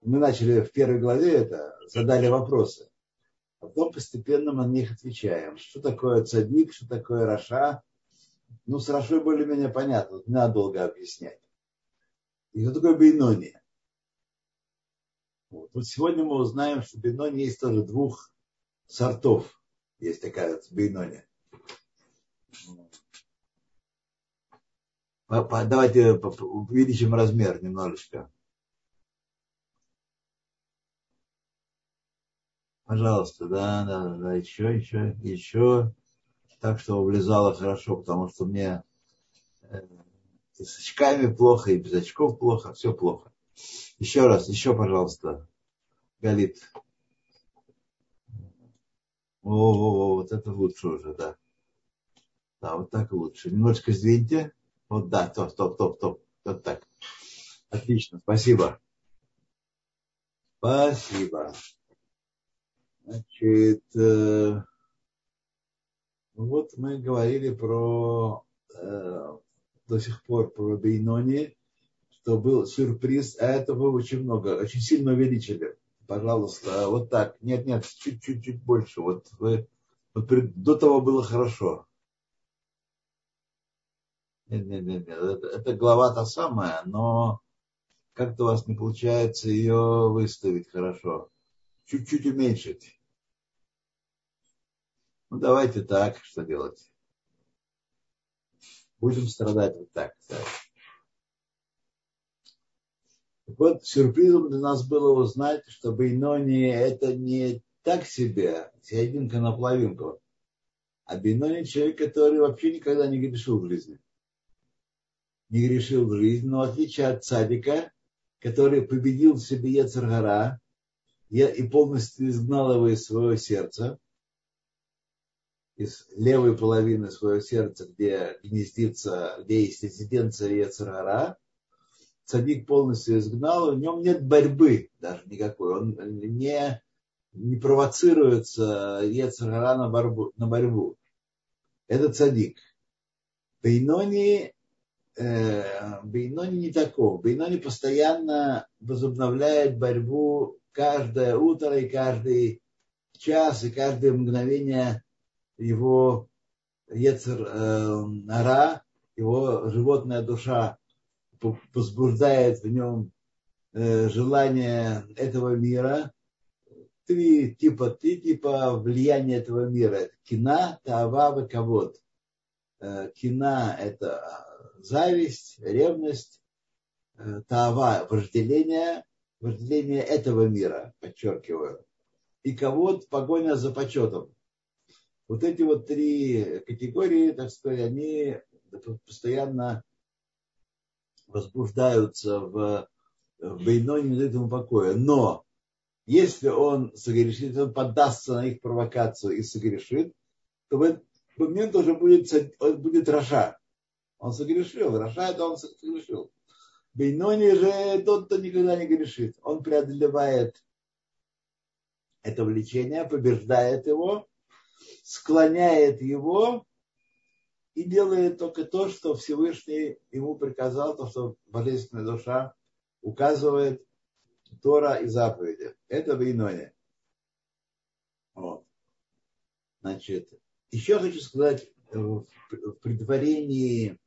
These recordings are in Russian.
мы начали в первой главе это, задали вопросы. Потом постепенно мы на них отвечаем. Что такое цадик, что такое раша? Ну, с рашой более-менее понятно. Не надо долго объяснять. И что такое бейнони? Вот сегодня мы узнаем, что бейнони есть тоже двух сортов. Есть такая вот бейнони. Давайте увеличим размер немножечко. Пожалуйста, да, еще. Так, чтобы влезало хорошо, потому что мне и с очками плохо, и без очков плохо, все плохо. Еще раз, пожалуйста, Галит. Вот это лучше уже, да. Да, вот так лучше. Немножечко сдвиньте. Вот, да, стоп. Вот так. Отлично, спасибо. Спасибо. Значит, вот мы говорили до сих пор про Бейнони, что был сюрприз, а этого очень много, очень сильно увеличили. Пожалуйста, вот так. Нет, чуть больше. До того было хорошо. Нет. Это глава та самая, но как-то у вас не получается ее выставить хорошо. Чуть-чуть уменьшить. Ну, давайте так, что делать? Будем страдать вот так. Так вот, сюрпризом для нас было узнать, что Бейнони это не так себе, серединка на половинку, а Бейнони человек, который вообще никогда не грешил в жизни. Но в отличие от цадика, который победил в себе йецер гара и полностью изгнал его из своего сердца, из левой половины своего сердца, где гнездится, где есть резиденция йецер гара, цадик полностью изгнал, в нем нет борьбы даже никакой, он не провоцируется йецер гара на борьбу. Это цадик. Бейнони не таков. Бейнони постоянно возобновляет борьбу каждое утро и каждый час и каждое мгновение его йецер гара, его животная душа возбуждает в нем желание этого мира. Три типа влияния этого мира. Кина, таава и кавод. Кина – это зависть, ревность, таава – вожделение этого мира, подчеркиваю. И кавод – погоня за почетом. Вот эти вот три категории, так сказать, они постоянно возбуждаются в Бейнони, не дают ему покоя. Но если он согрешит, если он поддастся на их провокацию и согрешит, то в этот момент уже будет раша. Он согрешил. Раша – это он согрешил. Бейнони же тот, кто никогда не грешит. Он преодолевает это влечение, побеждает его, склоняет его и делает только то, что Всевышний ему приказал, то, что божественная душа указывает, Тора и заповеди. Это Бейнони. Вот. Значит, еще хочу сказать в предварении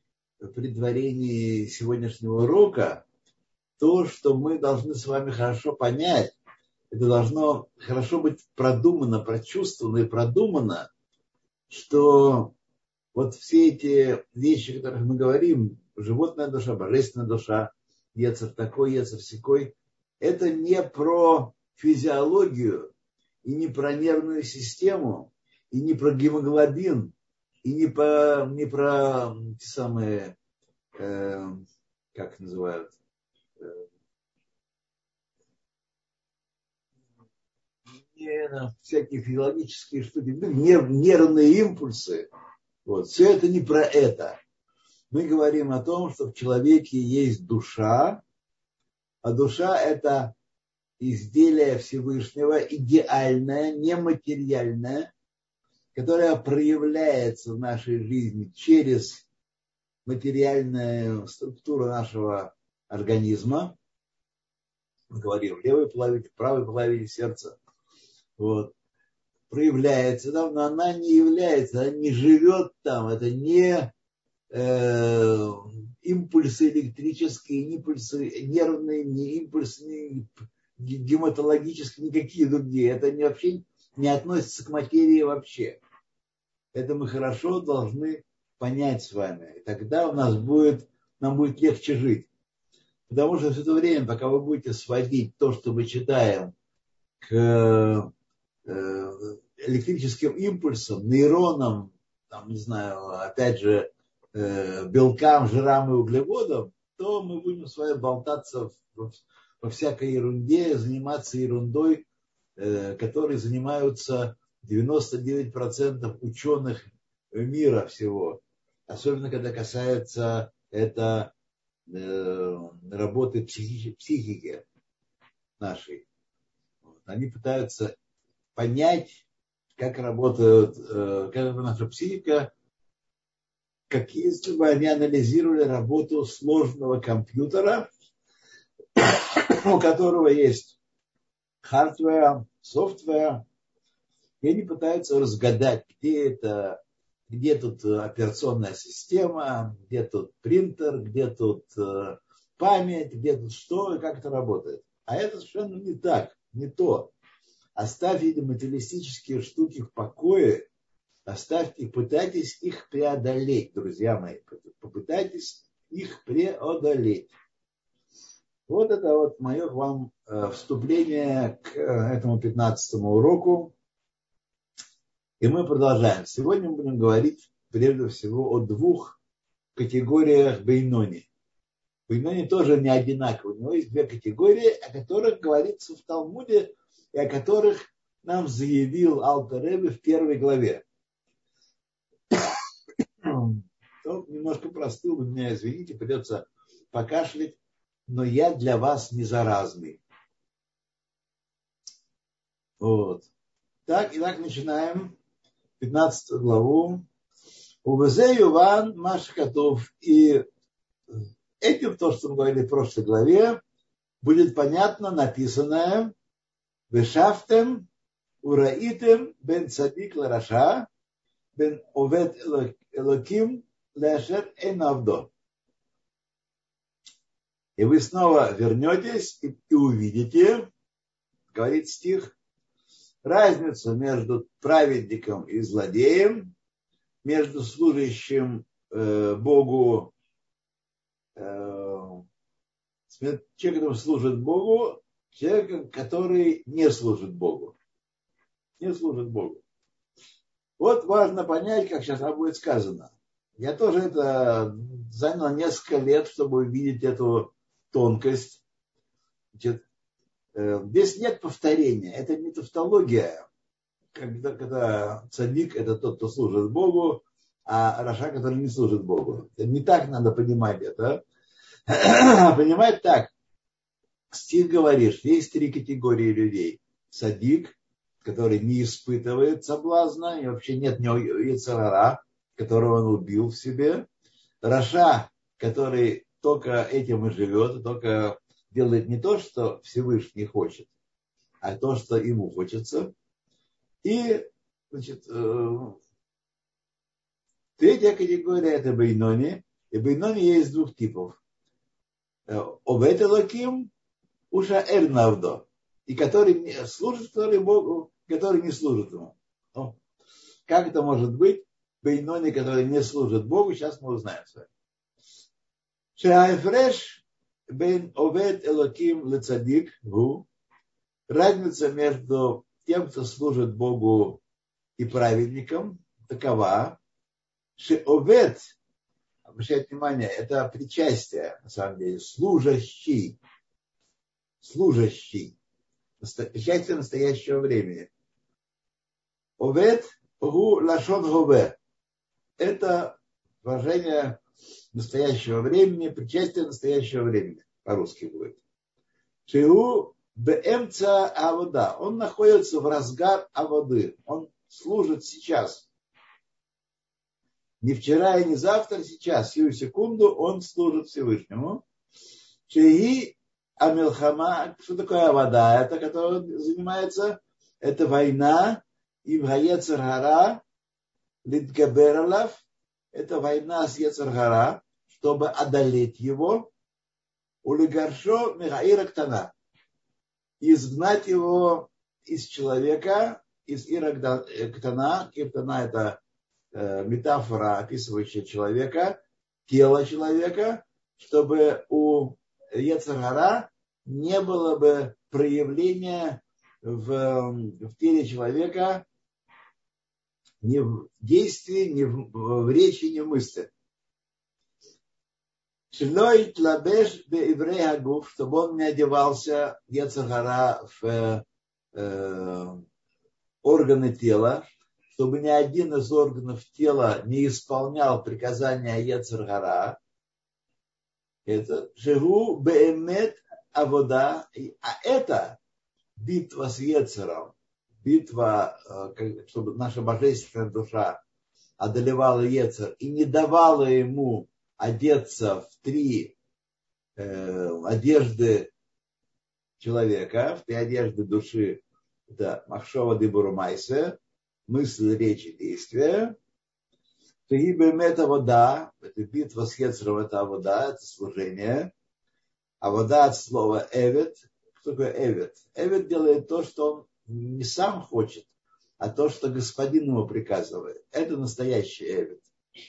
сегодняшнего урока то, что мы должны с вами хорошо понять. Это должно хорошо быть продумано, прочувствовано и продумано, что вот все эти вещи, о которых мы говорим, животная душа, божественная душа, йецер такой, йецер сякой, это не про физиологию и не про нервную систему, и не про гемоглобин, и не про те самые, как называют, всякие физиологические штуки, нервные импульсы. Вот. Все это не про это. Мы говорим о том, что в человеке есть душа, а душа – это изделие Всевышнего, идеальное, нематериальное, которое проявляется в нашей жизни через материальную структуру нашего организма. мы говорим, в левой половине, в правой половине сердца, вот, проявляется там, но она не является, она не живет там, это не импульсы электрические, импульсы нервные, не импульсные, гематологические, никакие другие. Это вообще не относится к материи вообще. Это мы хорошо должны понять с вами. И тогда нам будет легче жить. Потому что все это время, пока вы будете сводить то, что мы читаем, к электрическим импульсам, нейронам, там, не знаю, опять же, белкам, жирам и углеводам, то мы будем с вами болтаться во всякой ерунде, заниматься ерундой, которой занимаются 99% ученых мира всего. Особенно, когда касается это работы психики нашей. Они пытаются понять, как работает наша психика, как если бы они анализировали работу сложного компьютера, у которого есть хардвер, софтвер, и они пытаются разгадать, где тут операционная система, где тут принтер, где тут память, где тут что и как это работает. А это совершенно не так, не то. Оставьте эти материалистические штуки в покое, оставьте их, пытайтесь их преодолеть, друзья мои. Попытайтесь их преодолеть. Вот это вот мое к вам вступление к этому 15-му уроку. И мы продолжаем. Сегодня мы будем говорить прежде всего о двух категориях бейнони. Бейнони тоже не одинаковые. У него есть две категории, о которых говорится в Талмуде и о которых нам заявил Алтер Ребе в первой главе. Немножко простыл, вы меня извините, придется покашлять, но я для вас не заразный. Вот. Итак, начинаем 15 главу. Увезе Юван Машкатов. И этим, то, что мы говорили в прошлой главе, будет понятно написанное Вешафтем Ураитем бен Цадик Лараша бен Овет Элоким Лешер Эйнавдо. И вы снова вернетесь и увидите, говорит стих, разницу между праведником и злодеем, между служащим Богу, человеком, который служит Богу, человеком, который не служит Богу. Не служит Богу. Вот важно понять, как сейчас будет сказано. Я тоже это занял несколько лет, чтобы увидеть эту тонкость. Значит, здесь нет повторения. Это не тавтология. Когда цадик – это тот, кто служит Богу, а раша, который не служит Богу. Не так надо понимать это. Понимать так. Стих говоришь, есть три категории людей. Цадик, который не испытывает соблазна, и вообще нет яцер-гара, которого он убил в себе. Раша, который только этим и живет, только делает не то, что Всевышний хочет, а то, что ему хочется. И, значит, третья категория – это бейнони. И бейнони есть двух типов. Овет элоким уша эрнавдо. И который служит Богу, который не служит ему. Как это может быть? Бейнони, который не служит Богу, сейчас мы узнаем с вами. Шеайфреш бен овет элоким лецадик гу. Разница между тем, кто служит Богу и праведником, такова, что овет, обращайте внимание, это причастие, на самом деле, служащий, причастие настоящего времени. Овет гу лашон гове. Это выражение настоящего времени, причастие настоящего времени, по-русски будет. Шиу бэмца авода. Он находится в разгар аводы. Он служит сейчас. Не вчера и не завтра, сейчас, сию секунду он служит Всевышнему. Шии Амилхама, что такое вода? Это, которая занимается, это война, и в Ецер Гара, Литгабералав, это война с Ецер Гара, чтобы одолеть его, улигаршо Михаира Ктана, изгнать его из человека, из Ира Ктана. Ктана это метафора, описывающая человека, тело человека, чтобы у Ецер Гара не было бы проявления в теле человека ни в действии, ни в речи, ни в мысли. Шлой тлабеш бе еврей агуф, чтобы он не одевался Ецер Гара в органы тела, чтобы ни один из органов тела не исполнял приказания Ецер Гара. Это живу беэмет авода, а это битва с Ецером, битва, чтобы наша божественная душа одолевала Ецер и не давала ему одеться в три одежды человека, в три одежды души. Это махшова дибур майсе, мысль, речь и действие. Это вода, это битва с Ецером, это вода, это служение. А вода от слова эвет. Что такое эвет? Эвет делает то, что он не сам хочет, а то, что господин ему приказывает. Это настоящий эвет.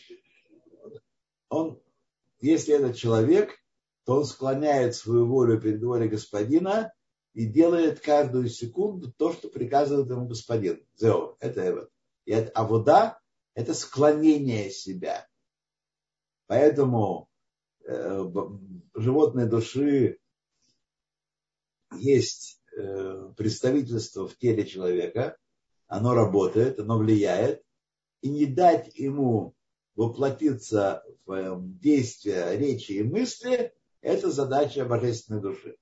Если это человек, то он склоняет свою волю перед волей господина и делает каждую секунду то, что приказывает ему господин. Зео, это эвет. А вода – это склонение себя. Поэтому животной души есть представительство в теле человека, оно работает, оно влияет, и не дать ему воплотиться в действия, речи и мысли – это задача божественной души.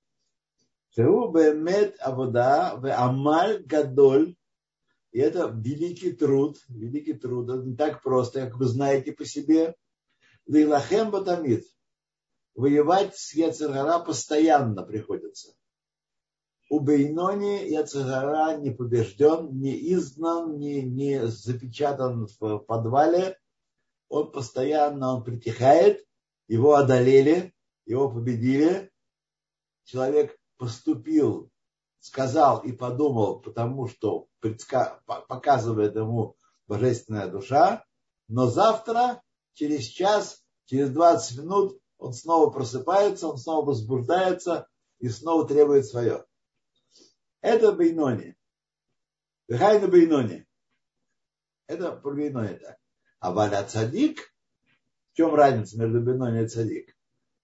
Амаль гадоль, и это великий труд, это не так просто, как вы знаете по себе. Лейлахем батамид, воевать с Ецер Гара постоянно приходится. У Бейнони Ецер Гара не побежден, не изгнан, не запечатан в подвале. Он постоянно притихает, его одолели, его победили. Человек поступил, сказал и подумал, потому что показывает ему божественная душа, но завтра, через час, через 20 минут он снова просыпается, он снова возбуждается и снова требует свое. Это Бейнони. Вехайна Бейнони. Это про Бейнони так. А валя цадик, в чем разница между Бейнони и цадик?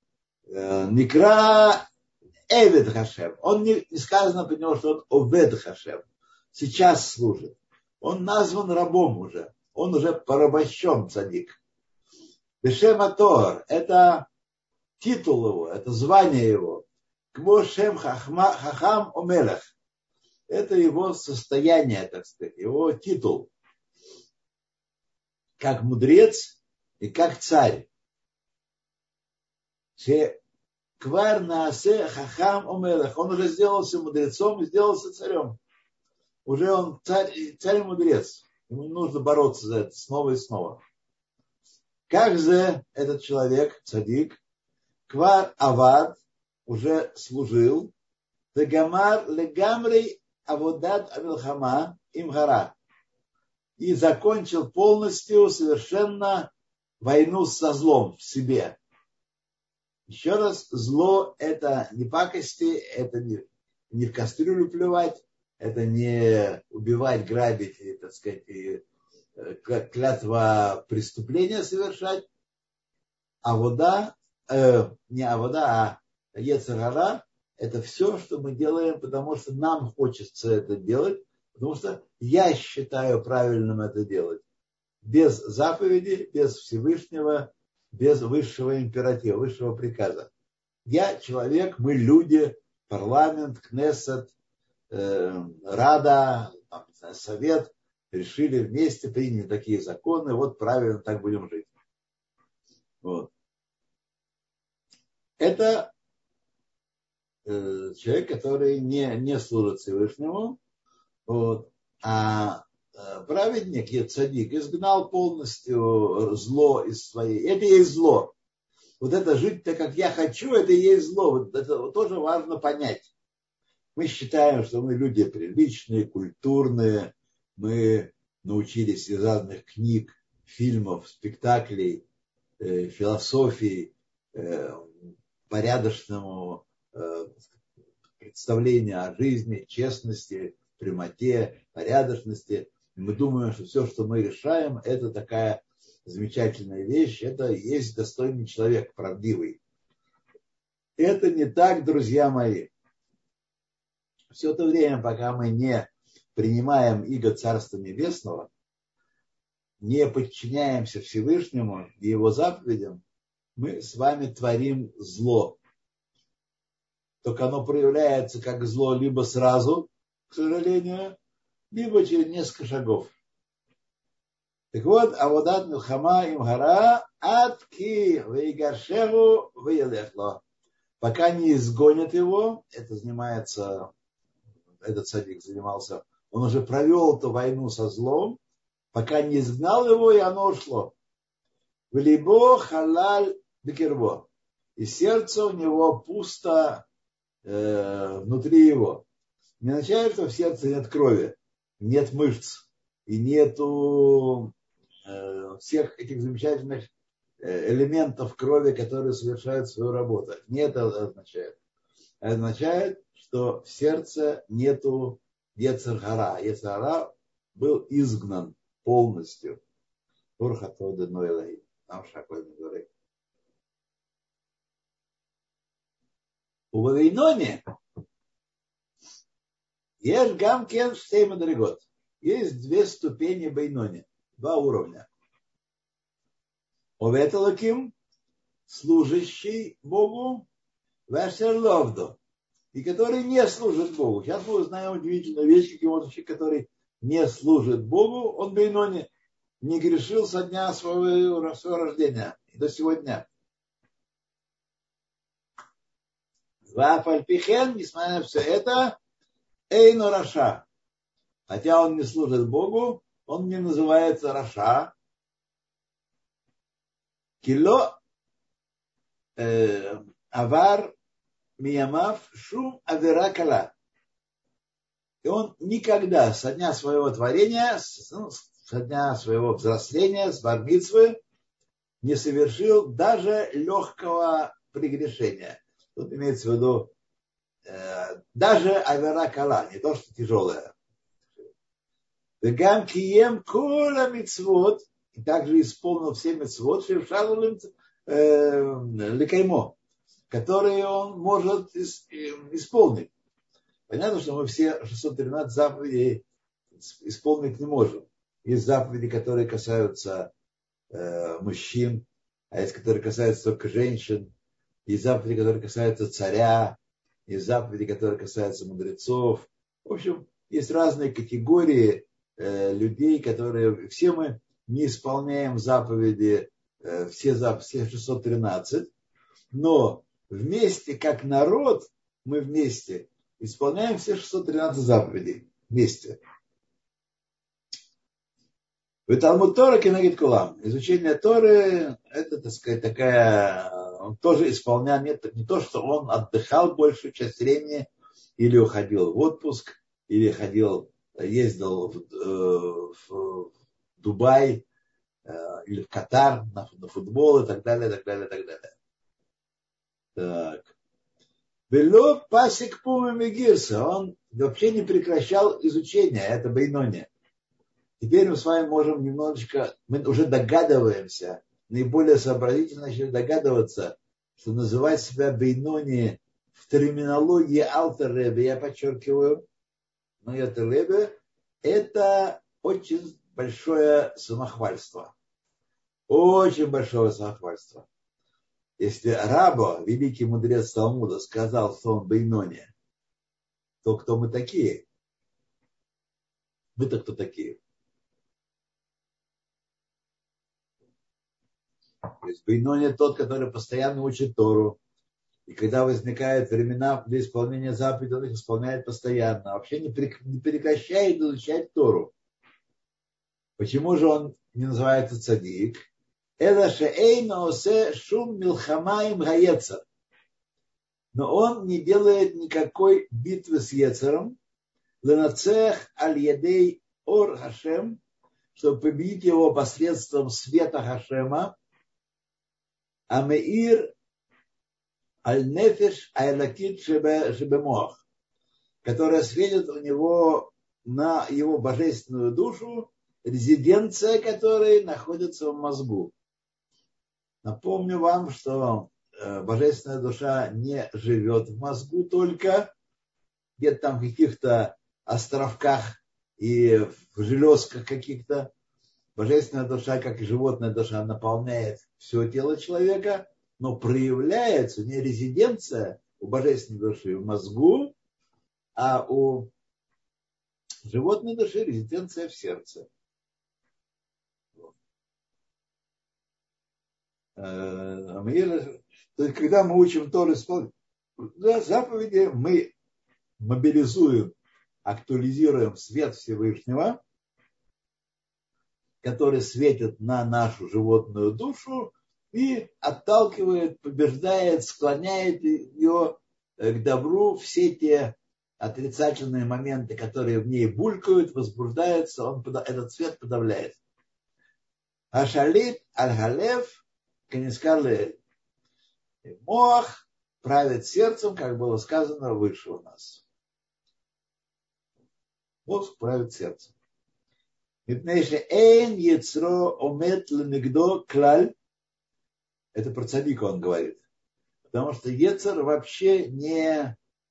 Никра Эвед Хашем. Он не сказано про него, что он Овед Хашем. Сейчас служит. Он назван рабом уже. Он уже порабощен, цадик. Бешем Атор. Это титул его, это звание его. Кмо Шем Хахам Омелех. Это его состояние, так сказать, его титул. Как мудрец и как царь. Квар наасе хахам омелех. Он уже сделался мудрецом и сделался царем. Уже он царь и мудрец. Ему не нужно бороться за это снова и снова. Как же этот человек, цадик, квар авад, уже служил, вегамар легамрей аводат амилхама имгара. И закончил полностью совершенно войну со злом в себе. Еще раз, зло – это не пакости, это не в кастрюлю плевать, это не убивать, грабить, и, так сказать, и клятва преступления совершать. Не авода, а Ецер Гара – это все, что мы делаем, потому что нам хочется это делать, потому что я считаю правильным это делать. Без заповеди, без Всевышнего, без высшего императива, высшего приказа. Я человек, мы люди, парламент, Кнессет, Рада, Совет решили вместе, приняли такие законы, вот правильно так будем жить. Вот. Это человек, который не служит Всевышнему, вот, а праведник, цадик, изгнал полностью зло из своей. Это и есть зло. Вот это жить так, как я хочу, это и есть зло. Вот это тоже важно понять. Мы считаем, что мы люди приличные, культурные, мы научились из разных книг, фильмов, спектаклей, философии, порядочному представлению о жизни, честности, прямоте, порядочности. Мы думаем, что все, что мы решаем, это такая замечательная вещь, это и есть достойный человек, правдивый. Это не так, друзья мои. Все то время, пока мы не принимаем иго Царства Небесного, не подчиняемся Всевышнему и Его заповедям, мы с вами творим зло. Только оно проявляется как зло либо сразу, к сожалению, либо через несколько шагов. Так вот, аводат милхама им гара атки вейгаршеву веелехло. Пока не изгонят его, этот цадик занимался, он уже провел эту войну со злом, пока не изгнал его, и оно ушло. Влибо халаль бекербо. И сердце у него пусто внутри его. Не означает, что в сердце нет крови, нет мышц и нету всех этих замечательных элементов крови, которые совершают свою работу. Не это означает. Это означает, что в сердце нету Йецер гара. Йецер гара был изгнан полностью. Урхатоды нойлай. Нам шакой говорит. У Вавилоне есть гамкен штей мадригот. Есть две ступени Бейнони, два уровня. Оветалаким, служащий Богу, Вашерловдо, и который не служит Богу. Сейчас мы узнаем удивительную вещь, каким он человек, который не служит Богу, он Бейнони, не грешил со дня своего рождения и до сегодня. Вафальпихен, несмотря на все это, Эйно Раша. Хотя он не служит Богу, он не называется Раша. Кило авар миямав шум авера кала. И он никогда со дня своего творения, со дня своего взросления, с бар-мицвы, не совершил даже легкого прегрешения. Тут имеется в виду даже авера кала, не то, что тяжелое. Вегам кием кола мицвот, и также исполнил все мицвот, шевшалу лекаймо, которые он может исполнить. Понятно, что мы все 613 заповедей исполнить не можем. Есть заповеди, которые касаются мужчин, а есть, которые касаются только женщин. Есть заповеди, которые касаются царя, есть заповеди, которые касаются мудрецов. В общем, есть разные категории людей, которые... Все мы не исполняем заповеди, все 613, но вместе, как народ, мы вместе исполняем все 613 заповедей. Вместе. В Талмуд Тора кенегед кулам. Изучение Торы, это, так сказать, такая... Он тоже исполнял, не то, что он отдыхал большую часть времени, или уходил в отпуск, или ездил в Дубай, или в Катар на футбол и так далее, так далее, так далее. Так. Вело пасик пума мегирса. Он вообще не прекращал изучения. Это Бейнони. Теперь мы с вами можем немножечко, мы уже догадываемся, наиболее сообразительно начали догадываться, что называть себя Бейнони в терминологии Алтер Ребе, я подчеркиваю, но Алтер Ребе, это очень большое самохвальство. Очень большое самохвальство. Если Рабо, великий мудрец Талмуда, сказал, что он Бейнони, то кто мы такие? Мы-то кто такие? То есть Бейнони тот, который постоянно учит Тору, И когда возникают времена для исполнения заповедей, он их исполняет постоянно. Вообще не прекращает изучать Тору. Почему же он не называется цадик? Это шеэйна осе шум милхамаим гаецер. Но он не делает никакой битвы с Ецером. Ленацех аль-ядей ор Хашем, чтобы победить его посредством света Хашема. Амеир аль-нефеш айлакит шебемох, которая светит у него на его божественную душу, резиденция которой находится в мозгу. Напомню вам, что божественная душа не живет в мозгу только, где-то там в каких-то островках и в железках каких-то. Божественная душа, как и животная душа, наполняет все тело человека, но проявляется не резиденция у божественной души в мозгу, а у животной души резиденция в сердце. То есть, когда мы учим Тору, заповеди, мы мобилизуем, актуализируем свет Всевышнего, который светит на нашу животную душу и отталкивает, побеждает, склоняет ее к добру. Все те отрицательные моменты, которые в ней булькают, возбуждаются, этот свет подавляет. Ашалит аль-галев, канискарле моах, правит сердцем, как было сказано выше у нас. Мозг правит сердцем. Это про цадика он говорит. Потому что Ецер вообще не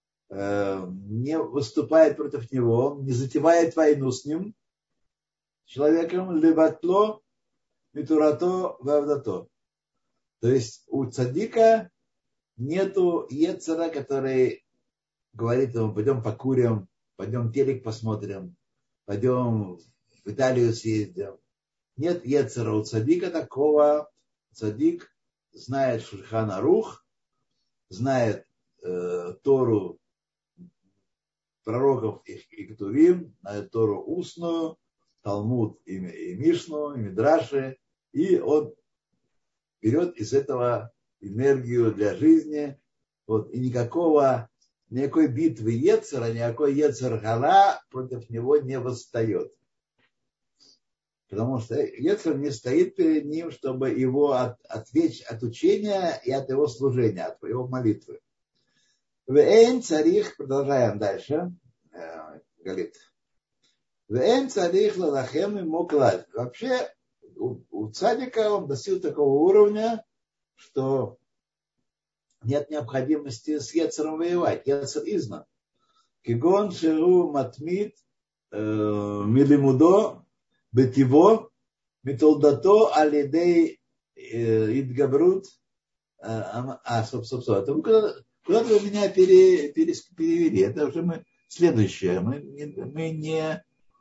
выступает против него, он не затевает войну с ним, человеком, лебатло, митурато, вавдато. То есть у цадика нету Ецера, который говорит ему: пойдем покурим, пойдем телек посмотрим, пойдем в Италию съездим. Нет Ецера у цадика такого. Цадик знает Шульхан Арух, знает Тору пророков и Кетувим, знает Тору устную, Талмуд и Мишну, и Мидраши, и он берет из этого энергию для жизни. Вот, и никакой битвы Ецера, никакой Ецер-гара против него не восстает. Потому что Ецер не стоит перед ним, чтобы его отвлечь от учения и от его служения, от его молитвы. Вэйн царих, продолжаем дальше, говорит. Вэйн царих лалахем и моклад. Вообще у цадика он достиг такого уровня, что нет необходимости с Ецером воевать. Ецер изгнан. Кигон шеру матмит милимудо бетиво митолдато алидей идгабрут. Собственно, куда-то вы меня перевели. Это уже мы следующее. Мы не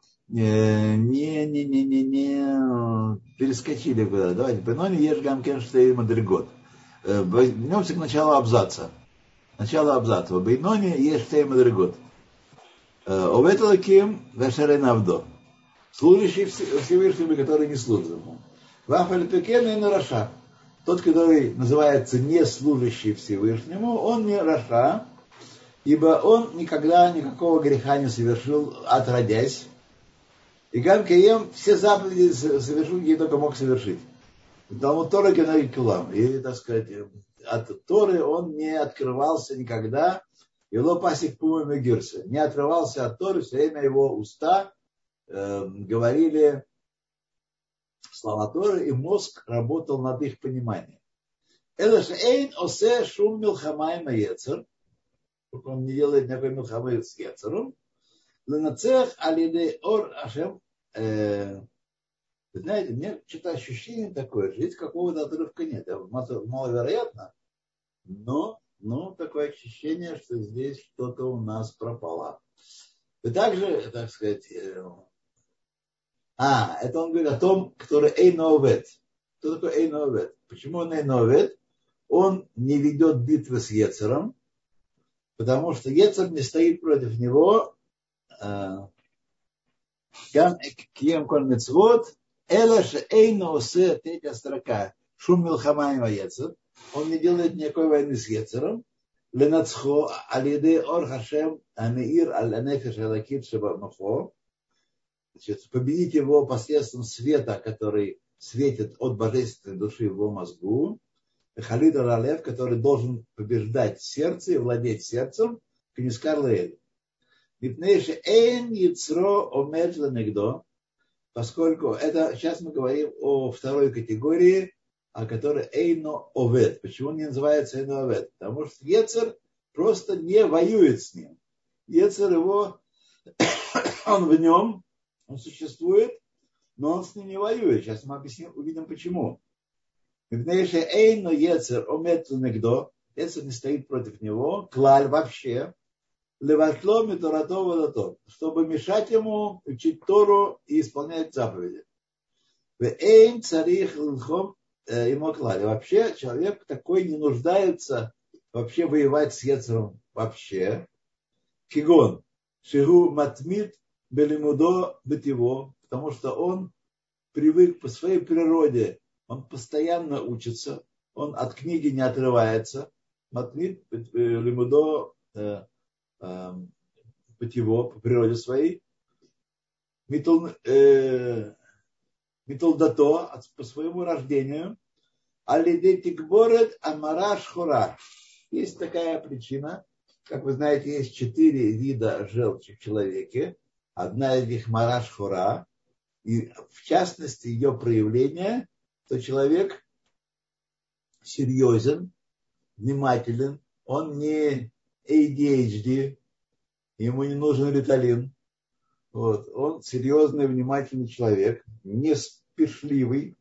перескочили куда-то. Давайте. Бенони ешь гамкен штей мадригот. Вернемся к началу абзаца. Начало абзаца. Бейнони ешь штей мадригот. Оветалаким вешерен авдо. Служащий Всевышнему, который не служит ему. Вафальпекен и нараша. Тот, который называется не служащий Всевышнему, он не раша, ибо он никогда никакого греха не совершил, отродясь. И Гам-Каем все заповеди совершил, где только мог совершить. Талмуд Тора Кенегед Кулам. И, так сказать, от Торы он не открывался никогда. Его пасик Пумам и Гирсе. Не отрывался от Торы, все время его уста говорили слова Торы, и мозг работал над их пониманием. Это же эйн осе шум милхамай маецер. Он не делает никакой милхамай с Ецером. Ленацех алиде ор ашем. Вы знаете, мне что-то ощущение такое, что здесь какого-то отрывка нет. Маловероятно, но такое ощущение, что здесь что-то у нас пропало. И также, так сказать, это он говорит о том, который эйновет. Кто такой эйновет? Почему он эйновет? он не ведет битвы с Ецером, потому что Ецер не стоит против него. Кием коль мицвот, эла шеэйно осе, третья строка, шум милхама им Ецер. Он не делает никакой войны с Ецером. Ленацхо алиды ор хашем амеир аль-нефеш алакит шебамахо. Значит, победить его посредством света, который светит от божественной души в его мозгу. Халид аль-Алев, который должен побеждать сердце и владеть сердцем, Книскар Леэль. Мипнейши эйн яцро омед ленегдо, поскольку это, сейчас мы говорим о второй категории, о которой эйно овед. Почему он не называется эйно овед? Потому что Ецер просто не воюет с ним. Ецер его, он в нем, он существует, но он с ним не воюет. Сейчас мы объясним, увидим почему. Мипнейши эйно Ецер омед ленегдо, Ецер не стоит против него, клаль вообще, леватло миторатов водотов, чтобы мешать ему учить Тору и исполнять заповеди. Эйн царих лхом ему клали. Вообще человек такой не нуждается вообще воевать с Ецером вообще. Кигон шигу матмит белимудо бытиво, потому что он привык по своей природе, он постоянно учится, он от книги не отрывается. Матмит белимудо по природе своей, митулдато, по своему рождению, алидетикборет амараш хора. Есть такая причина, как вы знаете, есть 4 вида желчи в человеке. Одна из них мараш хора, и в частности ее проявление, то человек серьезен, внимателен, он не ADHD, ему не нужен риталин. Вот. Он серьезный, внимательный человек, не спешливый,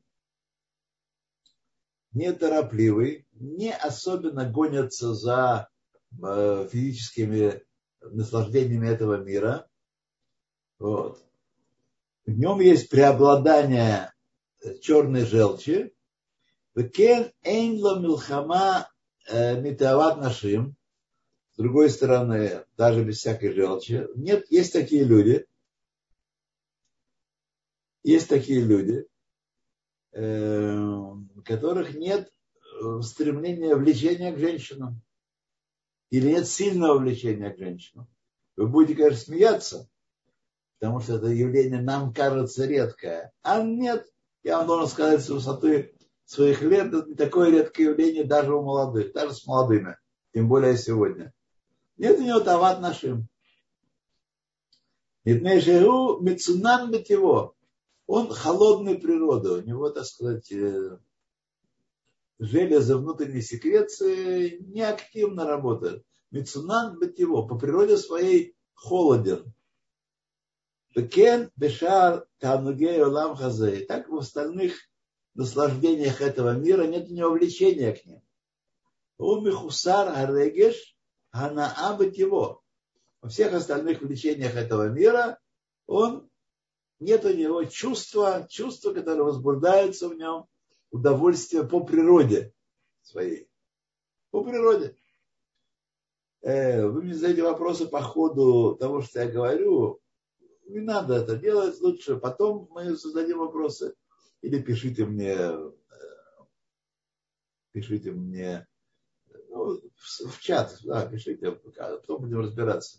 не торопливый, не особенно гонится за физическими наслаждениями этого мира. Вот. В нем есть преобладание черной желчи. Векен эйнло милхама митават нашим. С другой стороны, даже без всякой желчи. Нет, есть такие люди, у которых нет стремления, влечения к женщинам. Или нет сильного влечения к женщинам. Вы будете, конечно, смеяться, потому что это явление нам кажется редкое. А нет, я вам должен сказать, с высоты своих лет, это не такое редкое явление даже у молодых, даже с молодыми, тем более сегодня. Нет у него тават нашим. Мецунан бетево. Он холодной природы. У него, так сказать, железо внутренней секреции неактивно работает. Мецунан бетево. По природе своей холоден. Бекен бешар танугей олам хазей. Так в остальных наслаждениях этого мира нет у него влечения к ним. У михусар арегеш ганаа бетево. Во всех остальных влечениях этого мира нет у него чувства, которые возбуждаются в нем, удовольствие по природе своей. По природе. Вы мне задаете вопросы по ходу того, что я говорю. Не надо это делать, лучше потом мы зададим вопросы. Или пишите мне в чат, да, пишите, потом будем разбираться.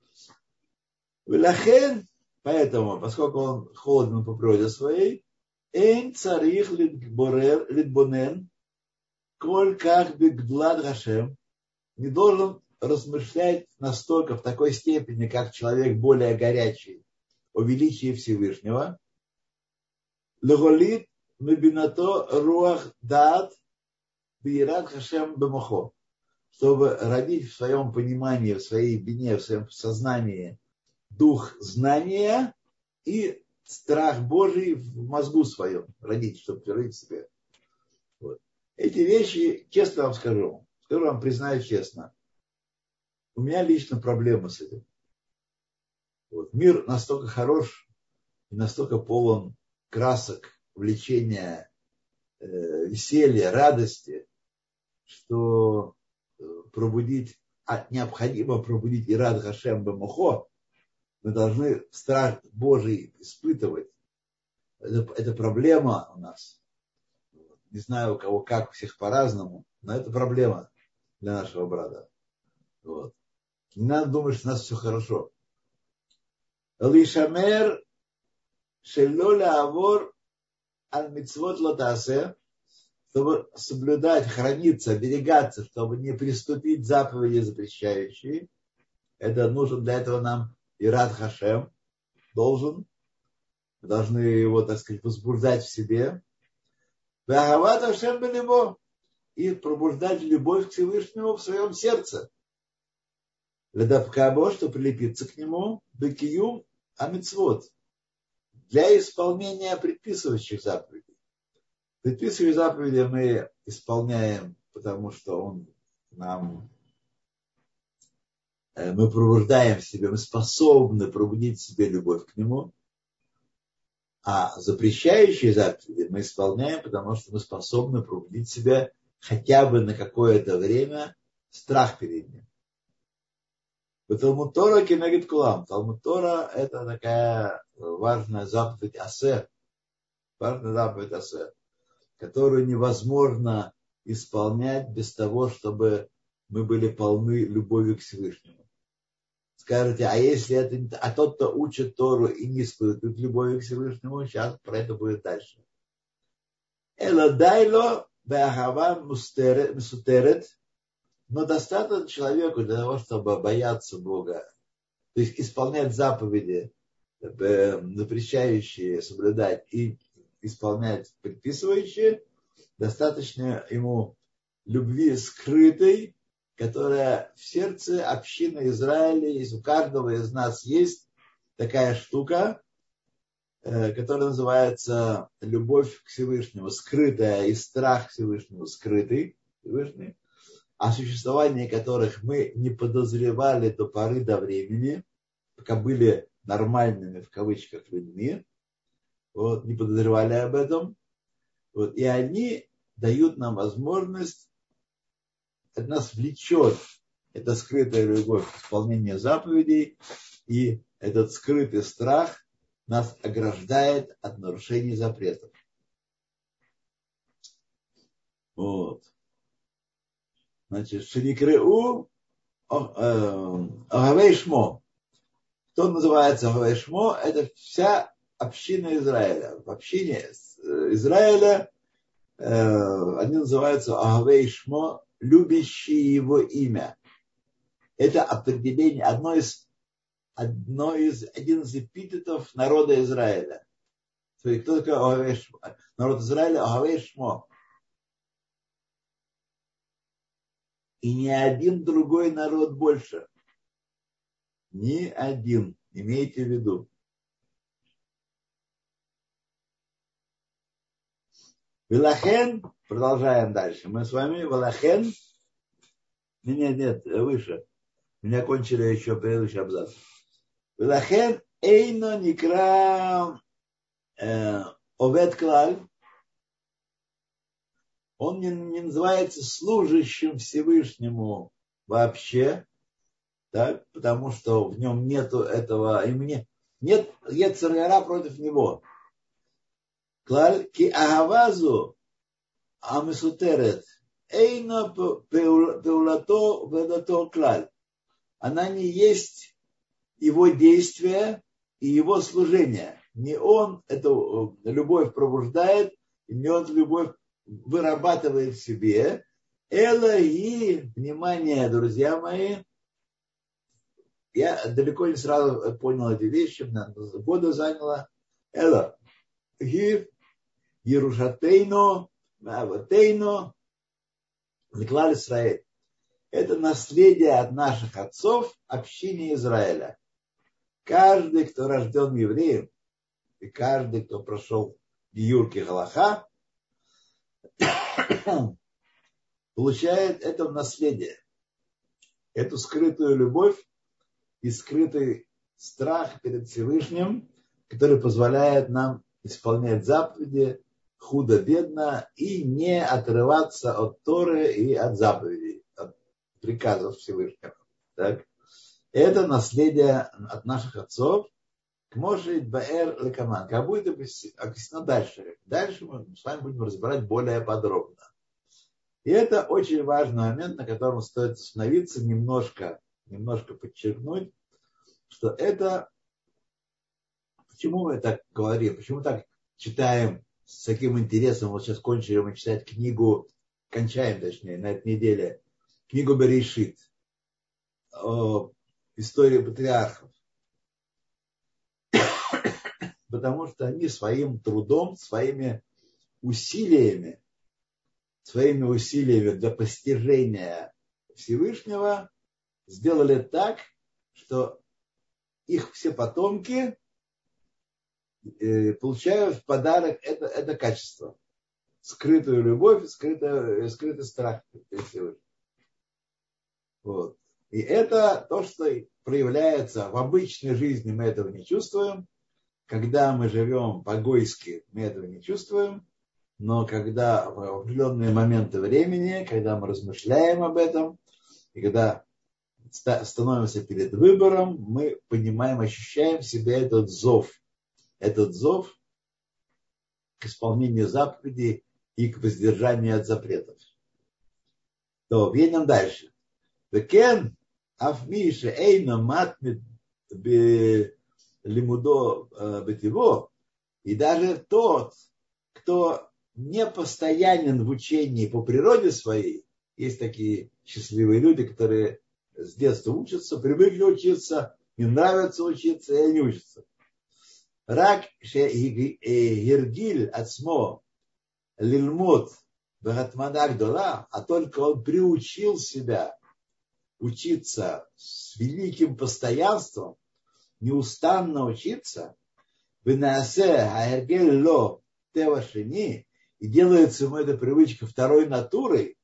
Поэтому, поскольку он холоден по природе своей, эйн царих литбонен, коль как бигдлад гашем, не должен размышлять настолько в такой степени, как человек более горячий, о величии Всевышнего. Леголит мебинато руах дат биират хашем бемохо, чтобы родить в своем понимании, в своей бине, в своем сознании дух знания и страх Божий в мозгу своем родить, чтобы родить себе. Вот. Эти вещи, честно вам скажу вам, признаюсь честно, у меня лично проблемы с этим. Вот. Мир настолько хорош и настолько полон красок, влечения, веселья, радости, что необходимо пробудить Ират Хашем Бамухо, мы должны страх Божий испытывать. Это проблема у нас. Не знаю, у кого как, у всех по-разному, но это проблема для нашего брата. Вот. Не надо думать, что у нас все хорошо. Лишамер шелоля авор аль мицвот лотасе, чтобы соблюдать, храниться, оберегаться, чтобы не приступить заповеди запрещающие. Это нужен для этого нам Ират Хашем. Мы должны его, так сказать, возбуждать в себе. И пробуждать любовь к Всевышнему в своем сердце. Ледавкабо, что прилепиться к нему, бекиюм амицвот, для исполнения предписывающих заповедей. Предписывающие заповеди мы исполняем, потому что мы пробуждаем в себе, мы способны пробудить в себе любовь к нему. А запрещающие заповеди мы исполняем, потому что мы способны пробудить в себе хотя бы на какое-то время страх перед ним. Талмуд Тора кенегед кулам. Талмуд Тора – это такая важная заповедь асе, которую невозможно исполнять без того, чтобы мы были полны любовью к Всевышнему. Скажете, а если это, тот, кто учит Тору и не испытывает любовью к Всевышнему, сейчас про это будет дальше. Эладайло беахава мусутерет, но достаточно человеку для того, чтобы бояться Бога, то есть исполнять заповеди, запрещающие соблюдать, и исполнять предписывающие, достаточно ему любви скрытой, которая в сердце общины Израиля есть. У каждого из нас есть такая штука, которая называется любовь к Всевышнему, скрытая, и страх Всевышнему, скрытый Всевышний, о существовании которых мы не подозревали до поры до времени, пока были нормальными, в кавычках, людьми, не подозревали об этом. И они дают нам возможность, это нас влечет, это скрытая любовь к исполнению заповедей, и этот скрытый страх нас ограждает от нарушений запретов. Значит, Шеникреу Огавей Шмо. Кто называется Огавей Шмо? Это вся община Израиля. В общине Израиля они называются Огавей Шмо, любящие его имя. Это определение, один из эпитетов народа Израиля. Кто такой Огавей Шмо? Народ Израиля Огавей Шмо. И ни один другой народ больше. Ни один. Имейте в виду. Вилахен, продолжаем дальше. Мы с вами Вилахен. Нет, выше. Меня кончили еще предыдущий абзац. Вилахен эйно никра овет клаль. Он не называется служащим Всевышнему вообще, так, потому что в нем нету этого, нет йецер гара против него. Клаль ки агавазу амисутерет эйна пеулато ведато клаль. Она не есть его действие и его служение. Не он эту любовь пробуждает, и не он эту любовь вырабатывает в себе. Эла и, внимание, друзья мои, я далеко не сразу понял эти вещи, года заняло. Эла и Ерушатейно, Аватейно, Леклаль Исраэль. Это наследие от наших отцов общине Израиля. Каждый, кто рожден евреем, и каждый, кто прошел Гиюр Галаха, получает это в наследие. Эту скрытую любовь и скрытый страх перед Всевышним, который позволяет нам исполнять заповеди, худо-бедно и не отрываться от Торы и от заповедей, от приказов Всевышнего. Так? Это наследие от наших отцов. Может баэр лекаман. Как будет объяснено дальше. Дальше мы с вами будем разбирать более подробно. И это очень важный момент, на котором стоит остановиться, немножко подчеркнуть, что это, почему мы так говорим, почему так читаем с таким интересом. Вот сейчас кончили мы читать книгу, кончаем точнее, на этой неделе, книгу Берешит, о истории патриархов. Потому что они своим трудом, своими усилиями для постижения Всевышнего сделали так, что их все потомки получают в подарок это качество. Скрытую любовь, скрытый страх перед Всевышним. Вот. И это то, что проявляется в обычной жизни, мы этого не чувствуем. Когда мы живем по-гойски, мы этого не чувствуем. Но когда в определенные моменты времени, когда мы размышляем об этом, и когда становимся перед выбором, мы понимаем, ощущаем в себе этот зов к исполнению заповедей и к воздержанию от запретов. То едем дальше. Векен афмише эйна матмит лимудо бетиво, и даже тот, кто не постоянен в учении по природе своей, есть такие счастливые люди, которые с детства учатся, привыкли учиться, им нравится учиться, и они учатся. Рак гергиль ацмо лильмот бхатмана гдола, а только он приучил себя учиться с великим постоянством, неустанно учиться, вынесе аэргель ло тевашини, и делается ему эта привычка второй натурой,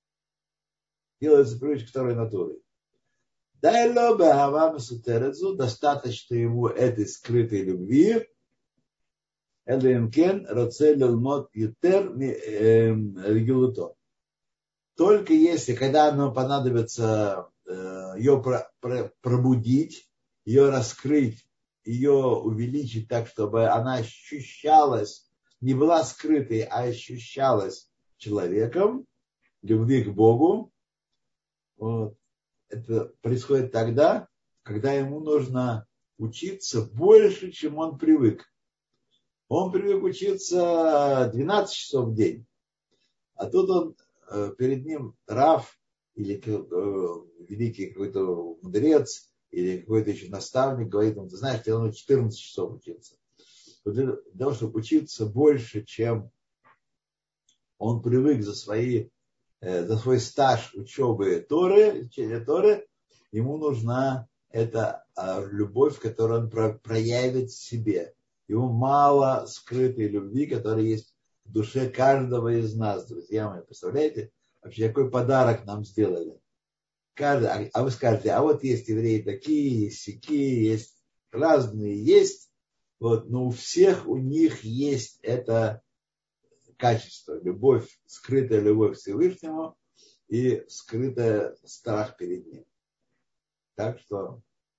дай ло бахава масутерецу, достаточно ему этой скрытой любви, элемкен роцель лмот ютер регулуто. Только если, когда нам понадобится ее пробудить, ее раскрыть, ее увеличить так, чтобы она ощущалась, не была скрытой, а ощущалась человеком, любви к Богу. Вот. Это происходит тогда, когда ему нужно учиться больше, чем он привык. Он привык учиться 12 часов в день, а тут он перед ним рав или великий какой-то мудрец или какой-то еще наставник говорит ему: ты знаешь, тебе нужно 14 часов учиться. Для того, чтобы учиться больше, чем он привык за свой стаж учебы Торы, чтения Торы, ему нужна эта любовь, которую он проявит в себе. Ему мало скрытой любви, которая есть в душе каждого из нас, друзья мои. Представляете, вообще какой подарок нам сделали? А вы скажете, а вот есть евреи такие, есть сякие, есть разные, есть. Вот, но у всех у них есть это качество, любовь, скрытая любовь к Всевышнему и скрытый страх перед ним. Так что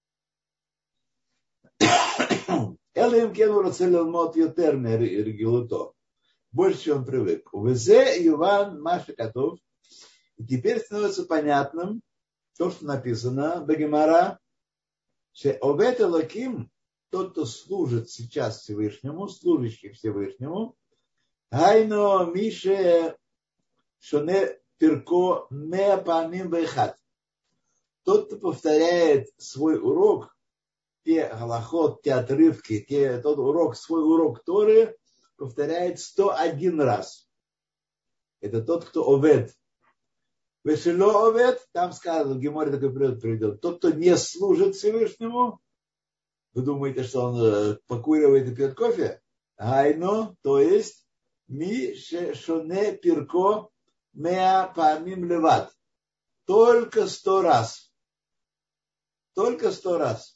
Элэм кену рацелел мот ютерме регилуто. Больше, чем он привык. Увезе Юван Маша Котов. И теперь становится понятным то, что написано Бегемара, что Овет Элоким, тот, кто служит сейчас Всевышнему, служащий Всевышнему, Гайно Мише Шоне Пирко Меапамим Бехат. Тот, кто повторяет свой урок, те галахот, те отрывки, свой урок Торы повторяет 101 раз. Это тот, кто овет. Вешело овет, там сказано, в Геморе такой период приведен. Тот, кто не служит Всевышнему, вы думаете, что он покуривает и пьет кофе? Гайно, то есть, ми шоне пирко меа памим леват. Только 100 раз. Только 100 раз.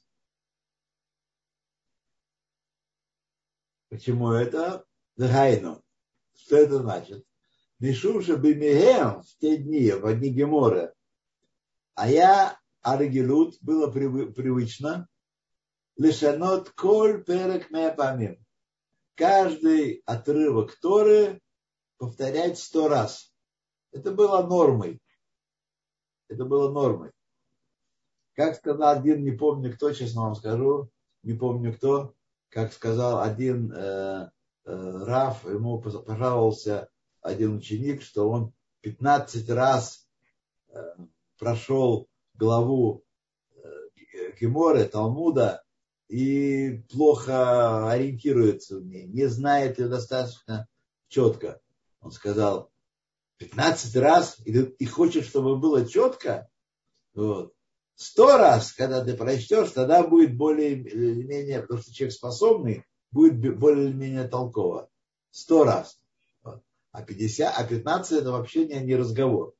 Почему это? Гайно. Что это значит? Мишумша бимигем в те дни, в одни Геморы, а я аргилут было привычно лишанот коль перек меапамим. Каждый отрывок Торы повторять 100 раз. Это было нормой. Это было нормой. Как сказал один, не помню кто, честно вам скажу, не помню кто, как сказал один Рав, ему пожаловался один ученик, что он 15 раз прошел главу Геморы, Талмуда, и плохо ориентируется в ней, не знает ее достаточно четко. Он сказал, 15 раз, и хочет, чтобы было четко, вот. 100 раз, когда ты прочтешь, тогда будет более или менее, потому что человек способный, будет более или менее толково. 100 раз. Вот. А 15 это вообще не разговор.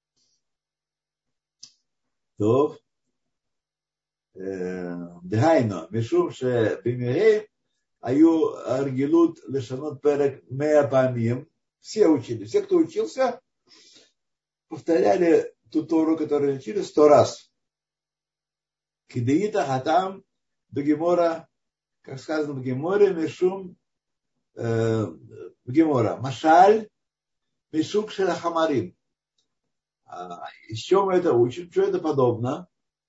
То дгайно, мишум ше бимирей, аю аргилут лешанот перек меапамим. Все учили, все, кто учился, повторяли ту Тору, которую учили 100 раз. Кидеита хатам бегемора, как сказано в Геморе, мишум Гемора. Машаль мишук шелахамарим. Еще мы это учим, что это подобно.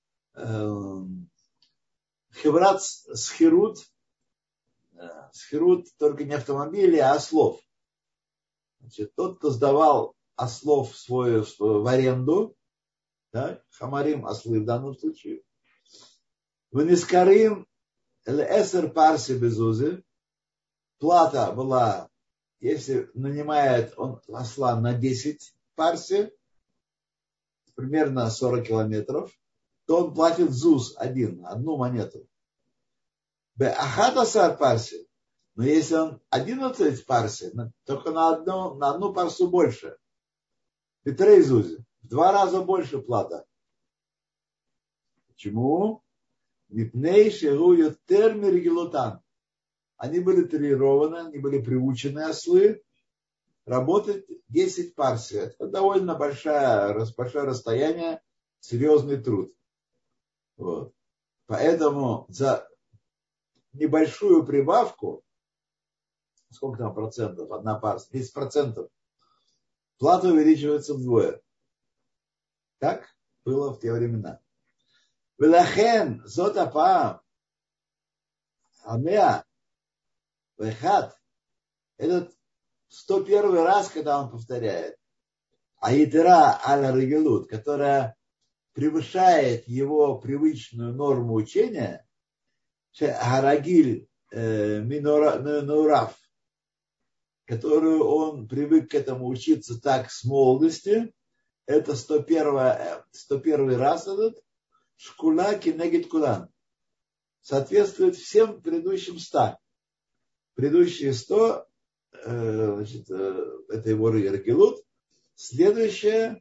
Хеврат схирут, только не автомобили, а ослов. Значит, тот, кто сдавал ослов в аренду, да, хамарим, ослы в данном случае, вынескарим эсер парси безузы, плата была, если нанимает он осла на 10 парси, примерно 40 километров, то он платит ЗУЗ одну монету. Ахатасар парси, но если он 11 парси, только на одну парсу больше. Петрей ЗУЗ, в 2 раза больше плата. Почему? Мипней шерую термир гилутан. Они были тренированы, они были приучены ослы работать 10 парси. Это довольно большое расстояние, серьезный труд. Вот. Поэтому за небольшую прибавку, сколько там процентов, одна парса, 10%, плата увеличивается вдвое. Так было в те времена. Велахен зотапа амеа вехат. Этот 101 раз, когда он повторяет, аитера аль-рагилут, которая превышает его привычную норму учения, харагиль минурав, которую он привык к этому учиться так с молодости, это 101 раз этот шкула кинегит кулан. Соответствует всем предыдущим 100. Предыдущие 100, значит, это его рагилут. Следующее,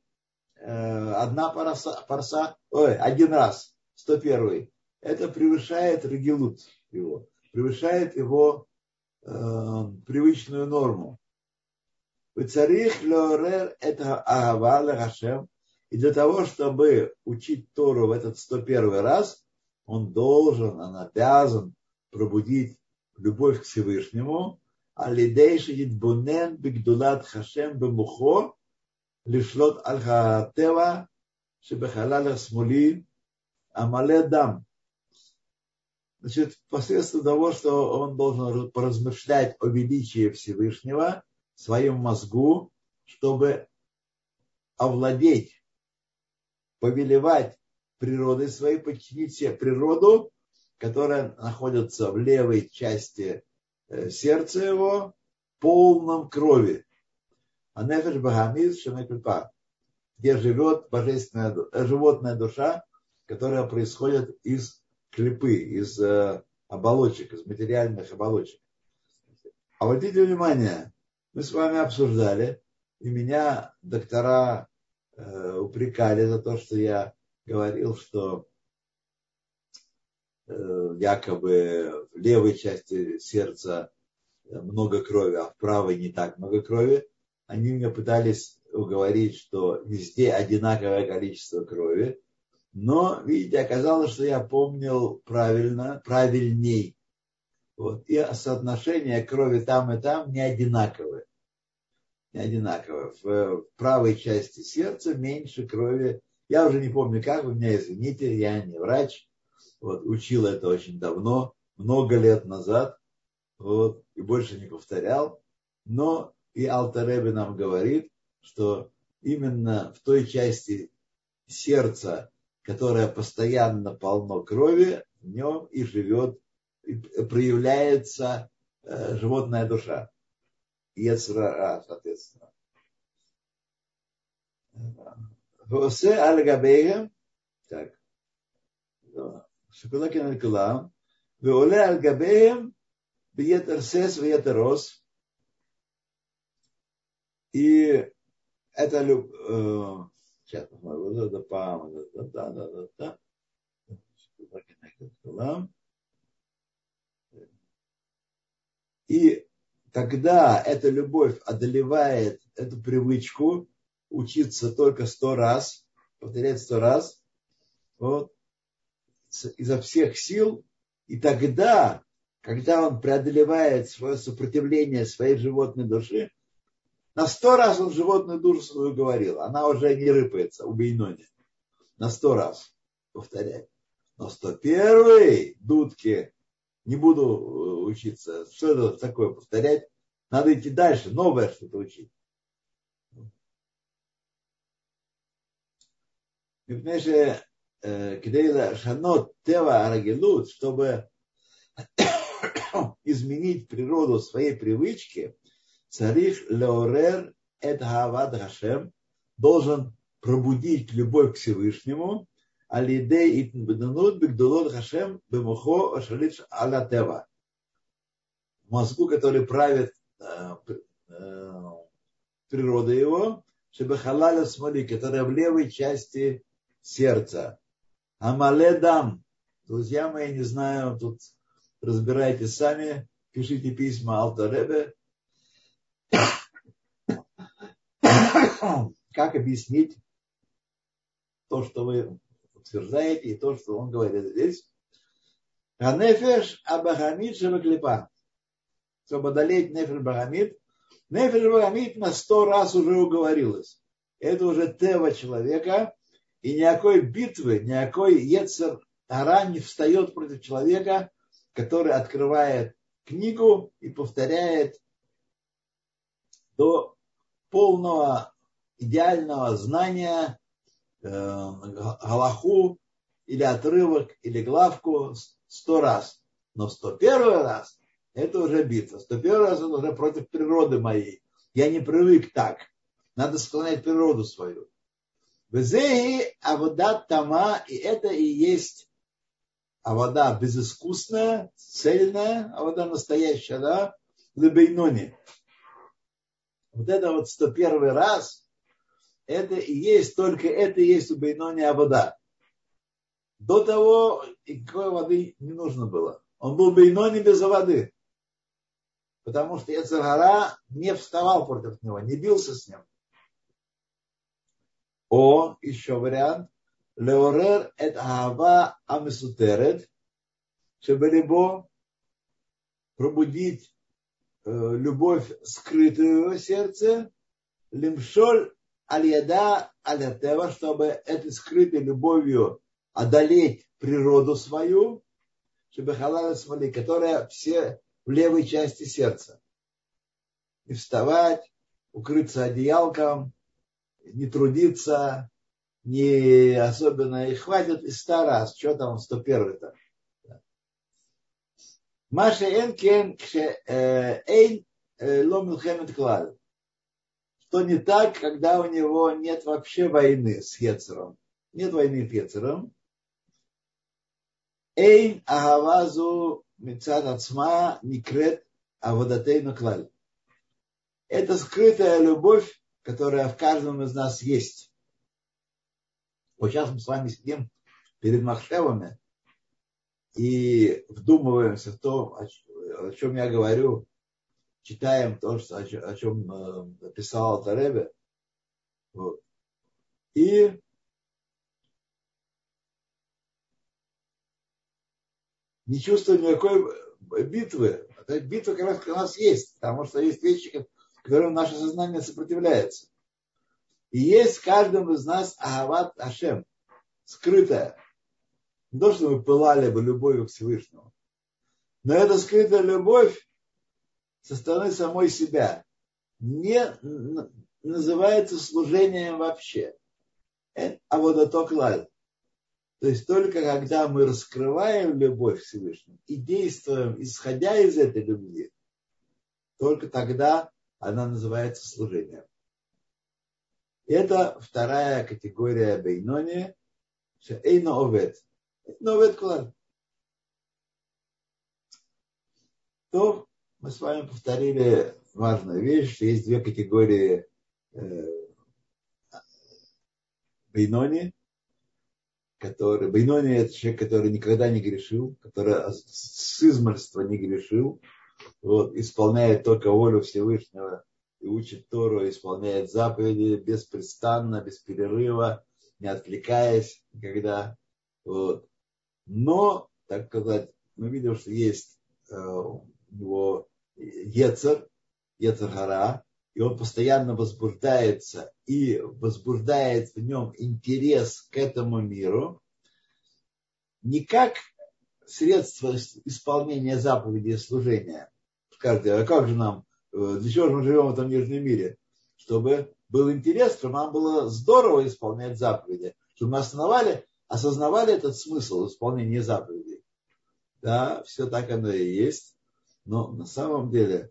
один раз, 101, это превышает рагилут его, превышает его привычную норму. И для того, чтобы учить Тору в этот 101 раз, он обязан пробудить любовь к Всевышнему, лишлот аль-хатева шебехалалях смоли амале дам. Значит, посредством того, что он должен поразмышлять о величии Всевышнего в своем мозгу, чтобы овладеть, повелевать природой своей, подчинить себе природу, которая находится в левой части сердца его, полном крови. А нефеш багамиз шемекульпа, где живет божественная животная душа, которая происходит из клипы, из оболочек, из материальных оболочек. Обратите внимание, мы с вами обсуждали, и меня доктора упрекали за то, что я говорил, что якобы в левой части сердца много крови, а в правой не так много крови. Они меня пытались уговорить, что везде одинаковое количество крови. Но, видите, оказалось, что я помнил правильней. Вот. И соотношение крови там и там не одинаковое. Не одинаковое. В правой части сердца меньше крови. Я уже не помню как, вы меня извините, я не врач. Вот, учил это очень давно, много лет назад. Вот, и больше не повторял. Но и Алтер Ребе нам говорит, что именно в той части сердца, которое постоянно полно крови, в нем и живет, и проявляется животная душа. Йецер ара, соответственно. Восе аль-габеем, так, шоколадкин аль-кулам, веоле аль-габеем, бьетер сес, бьетер рос. И это сейчас посмотрим, и когда эта любовь одолевает эту привычку учиться только 100 раз, повторять 100 раз, вот, изо всех сил, и тогда, когда он преодолевает свое сопротивление своей животной души, на 100 раз он животную душу свою говорил, она уже не рыпается, у Бейнони. На 100 раз повторяет. Но 101-й дудки не буду учиться. Что это такое повторять? Надо идти дальше, новое что-то учить. Шанот тева арагилут, чтобы изменить природу своей привычки, царих леорер эт гавад Хашем, должен пробудить любовь к Всевышнему, алидей итнбеднут бигдулот Хашем бемухо ашалит аля тева. Мозгу, который правит природой его, шебехалаля смоли, которая в левой части сердца. Амале дам. Друзья мои, не знаю, тут разбирайтесь сами, пишите письма Алтер Ребе. Как объяснить то, что вы утверждаете, и то, что он говорит здесь. Нефеш абахамид шебеклипа. Чтобы одолеть нефеш багамид. Нефеш багамид на 100 раз уже уговорилась. Это уже тева человека. И никакой битвы, никакой йецер ара не встает против человека, который открывает книгу и повторяет до полного идеального знания галаху или отрывок или главку 100 раз. Но 101 раз это уже битва. 101 раз это уже против природы моей. Я не привык так. Надо склонять природу свою. Везеи авода тама, и это и есть авода безыскусная, цельная, авода настоящая, да, лебейнони. Вот это вот 101 раз, это и есть, только это и есть у Бейнони авода. До того никакой воды не нужно было. Он был Бейнони без воды. Потому что йецер ара не вставал против него, не бился с ним. О, еще вариант. Леорер эт аава амесутерет, шебелибо, пробудить любовь, скрытую в его сердце, лимшоль аль-яда аль-атева, чтобы этой скрытой любовью одолеть природу свою, шебехалала смоли, которая все в левой части сердца. Не вставать, укрыться одеялком, не трудиться, не особенно, и хватит и 100 раз, что там 101-й-то. Маша энкен эйн ломилхемет клад. Что не так, когда у него нет вообще войны с Йецером. Нет войны с Йецером. Эйн агавазу мицат ацма никрет аводатейну клаль. Это скрытая любовь, которая в каждом из нас есть. Вот сейчас мы с вами сидим перед махшевами и вдумываемся в то, о чем я говорю, читаем то, о чем писал Алтер Ребе. Вот. И не чувствуем никакой битвы. Битва как раз у нас есть, потому что есть вещи, которым наше сознание сопротивляется. И есть в каждом из нас Агават Ашем, скрытая. Не то, что мы пылали бы любовью к Всевышнему. Но эта скрытая любовь со стороны самой себя не называется служением вообще. А вот это клаль. То есть только когда мы раскрываем любовь к Всевышнему и действуем, исходя из этой любви, только тогда она называется служением. Это вторая категория бейнони, эйно овет. Эйно овет клаль. То мы с вами повторили важную вещь, что есть две категории бейнони. Бейнони – это человек, который никогда не грешил, который с измальства не грешил, вот, исполняет только волю Всевышнего и учит Тору, исполняет заповеди беспрестанно, без перерыва, не отвлекаясь никогда. Вот. Но, так сказать, мы видим, что есть у него Ецер Гара, и он постоянно возбуждается и возбуждает в нем интерес к этому миру не как средство исполнения заповедей и служения. Скажете, а как же нам, для чего же мы живем в этом нижнем мире? Чтобы был интерес, чтобы нам было здорово исполнять заповеди, чтобы мы осознавали этот смысл исполнения заповедей. Да, все так оно и есть, но на самом деле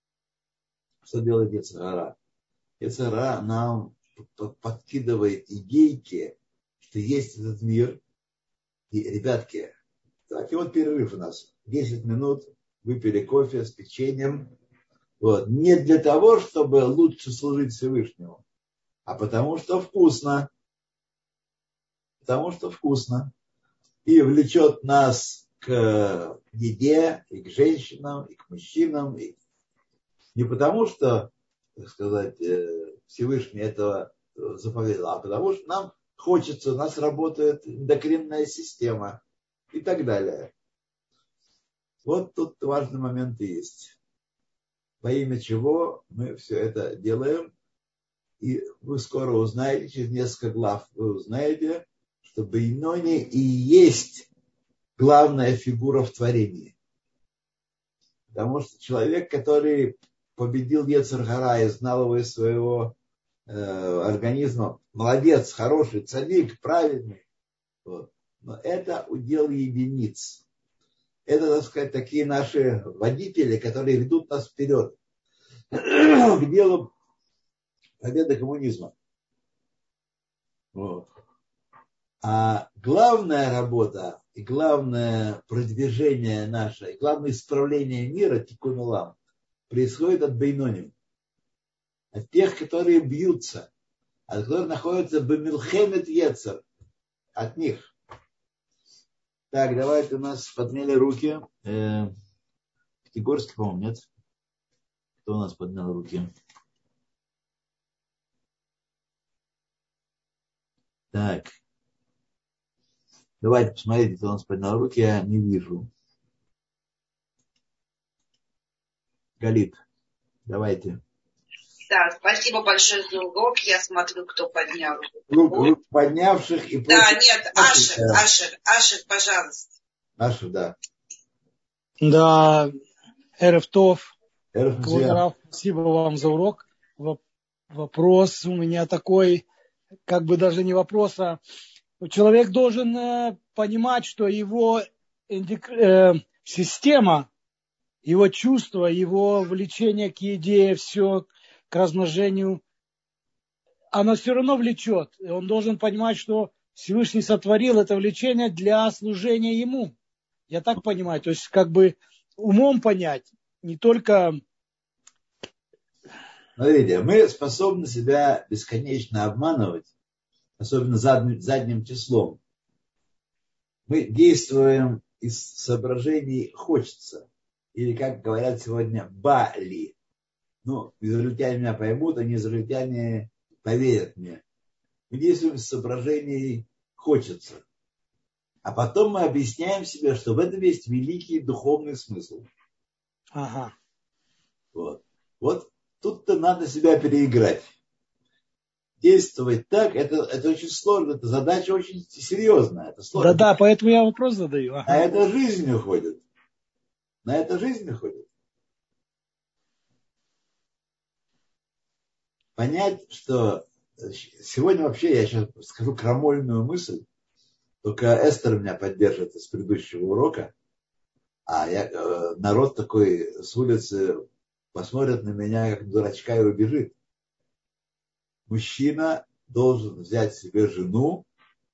что делает Йецер Гара? Йецер Гара нам подкидывает идейки, что есть этот мир. И, ребятки, давайте вот перерыв у нас. 10 минут выпили кофе с печеньем. Вот. Не для того, чтобы лучше служить Всевышнему, а потому что вкусно. Потому что вкусно. И влечет нас к еде, и к женщинам, и к мужчинам, и не потому, что, так сказать, Всевышний этого заповедал, а потому что нам хочется, у нас работает эндокринная система и так далее. Вот тут важный момент и есть. Во имя чего мы все это делаем. И вы скоро узнаете, через несколько глав вы узнаете, что Бейнони и есть главная фигура в творении. Потому что человек, который победил Йецер Гара и знал его из своего организма, молодец, хороший, цадик, праведный. Вот. Но это удел единиц. Это, так сказать, такие наши водители, которые ведут нас вперед к делу победы коммунизма. Вот. А главная работа и главное продвижение наше, и главное исправление мира, тикун улам, происходит от бейноним. От тех, которые бьются, от которых находятся бемилхемет Йецер, от них. Так, давайте у нас подняли руки. Категорский, по-моему, нет? Кто у нас поднял руки? Так. Давайте посмотрите, кто у нас поднял руки. Я не вижу. Галит, давайте. Да, спасибо большое за урок. Я смотрю, кто поднял руку. Поднявших и да, нет, Ашер, пожалуйста. Ашер, да. Да, Эрев Тов. Спасибо вам за урок. Вопрос у меня такой, как бы даже не вопрос, а человек должен понимать, что его система, его чувства, его влечение к еде, все к размножению, оно все равно влечет. И он должен понимать, что Всевышний сотворил это влечение для служения ему. Я так понимаю. То есть как бы умом понять, не только... Смотрите, мы способны себя бесконечно обманывать, особенно задним числом. Мы действуем из соображений «хочется». Или, как говорят сегодня, «бали». Ну, израильтяне меня поймут, а не израильтяне поверят мне. Мы действуем с соображений «хочется». А потом мы объясняем себе, что в этом есть великий духовный смысл. Ага. Вот тут-то надо себя переиграть. Действовать так, это очень сложно, это задача очень серьезная. Это сложно. Да, поэтому я вопрос задаю. Ага. На это жизнь уходит. На это жизнь уходит. Понять, что сегодня вообще, я сейчас скажу крамольную мысль, только Эстер меня поддержит из предыдущего урока, а народ такой с улицы посмотрит на меня как дурачка и убежит. Мужчина должен взять себе жену,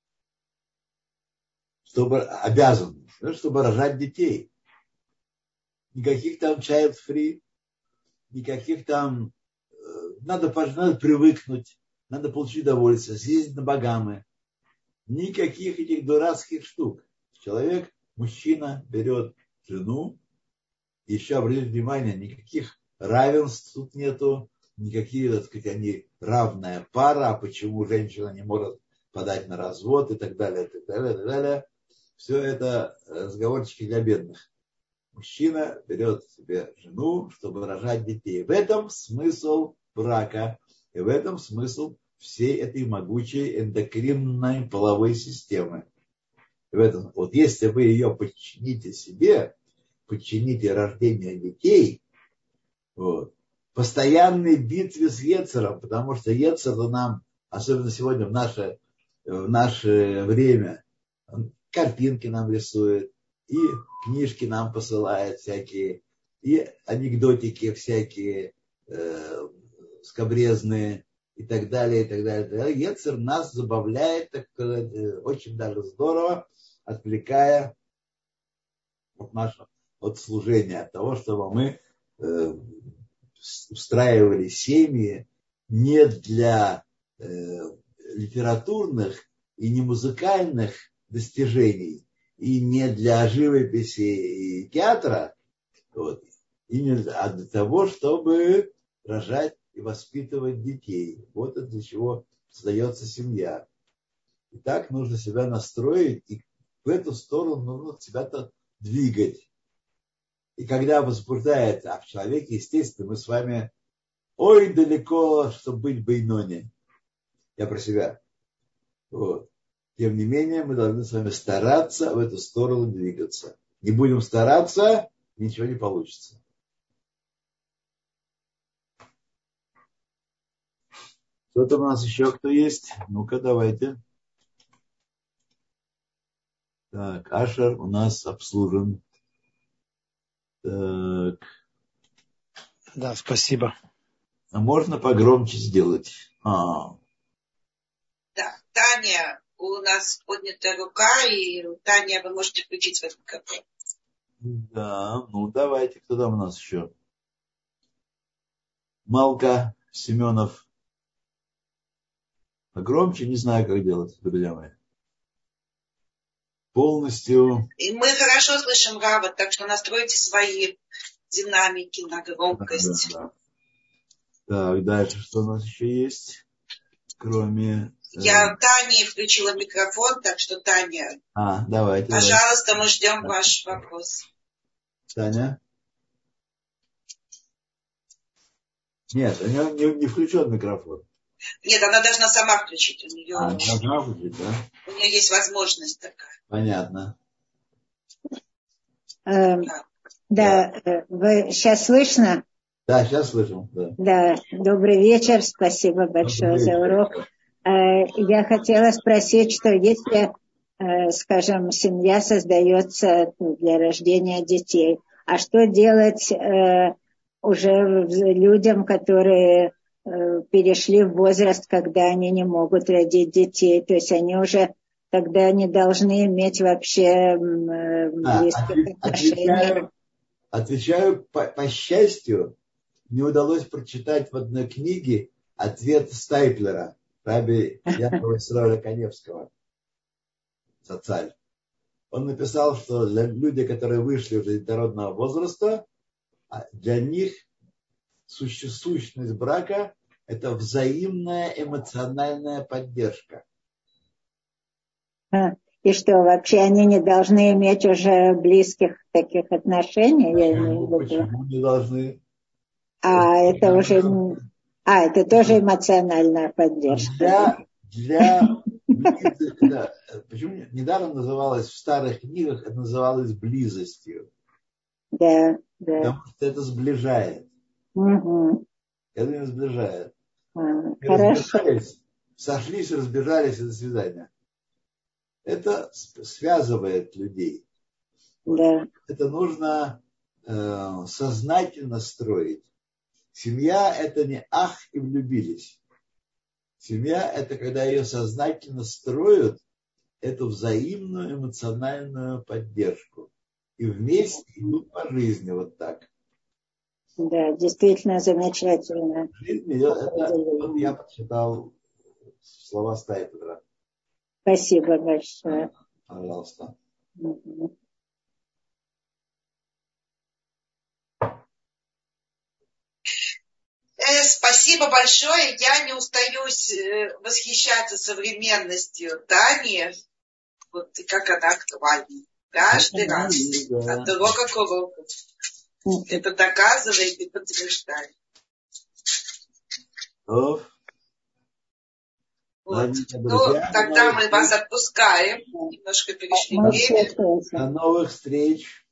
чтобы рожать детей. Никаких там child free, никаких там надо привыкнуть, надо получить удовольствие, съездить на Багамы. Никаких этих дурацких штук. Человек, мужчина, берет жену. Еще обратите внимание, никаких равенств тут нету, никакие, так сказать, они равная пара, а почему женщина не может подать на развод и так далее, и так далее, и так далее. Все это разговорчики для бедных. Мужчина берет себе жену, чтобы рожать детей. В этом смысл брака. И в этом смысл всей этой могучей эндокринной половой системы. И в этом, вот если вы ее подчините себе, подчините рождение детей, вот, постоянной битве с Йецером, потому что Йецер нам, особенно сегодня в наше время, картинки нам рисует, и книжки нам посылает всякие, и анекдотики всякие скабрезные и так далее, и так далее, и так далее. Йецер нас забавляет, так сказать, очень даже здорово, отвлекая от служения, от того, чтобы мы устраивали семьи не для литературных и не музыкальных достижений, и не для живописи и театра, вот, а для того, чтобы рожать и воспитывать детей. Вот это для чего создается семья. И так нужно себя настроить, и в эту сторону нужно себя-то двигать. И когда возбуждается, а в человеке, естественно, мы с вами ой далеко, чтобы быть бейнони. Я про себя. Вот. Тем не менее, мы должны с вами стараться в эту сторону двигаться. Не будем стараться, ничего не получится. Кто-то у нас еще кто есть? Ну-ка, давайте. Так, Ашер у нас обслужен. Так. Да, спасибо. А можно погромче сделать? Да, Таня, у нас поднята рука, и Таня, вы можете включить свой микрофон. Да, ну давайте, кто там у нас еще? Малка Семенов. Погромче, не знаю, как делать, друзья мои. Полностью. И мы хорошо слышим Рава, так что настройте свои динамики на громкость. Да. Так, дальше что у нас еще есть? Кроме... Я Тане включила микрофон, так что, Таня, давайте. Пожалуйста, мы ждем ваш вопрос. Таня? Нет, у нее не включен микрофон. Нет, она должна сама включить. У нее, должна включить, да? У нее есть возможность такая. Понятно. Да, вы сейчас слышно? Да, сейчас слышим. Да, добрый вечер, спасибо большое за урок. Я хотела спросить, что если, скажем, семья создается для рождения детей, а что делать уже людям, которые перешли в возраст, когда они не могут родить детей, то есть они уже тогда не должны иметь вообще близких отношений? Отвечаю по счастью, мне удалось прочитать в одной книге ответ Стайплера, раби Якова Исроэля Каневского, социаль. Он написал, что для людей, которые вышли уже из детородного возраста, для них сущность брака – это взаимная эмоциональная поддержка. И что, вообще они не должны иметь уже близких таких отношений? Почему не должны? Это уже... это тоже эмоциональная поддержка. Почему недаром называлось в старых книгах, это называлось близостью. Да. Потому что это сближает. Угу. Это сближает. Хорошо. Сошлись, разбежались, и до свидания. Это связывает людей. Да. Это нужно сознательно строить. Семья – это не ах и влюбились. Семья – это когда ее сознательно строят эту взаимную эмоциональную поддержку. И вместе идут по жизни вот так. Да, действительно замечательно. В жизни я прочитал слова Стайпера. Спасибо большое. Пожалуйста. Угу. Спасибо большое. Я не устаюсь восхищаться современностью Тани. Вот как она актуальна. Каждый раз. От урока к уроку. Это доказывает и подтверждает. Вот. Тогда мы вас отпускаем. Немножко перешли время. До новых встреч.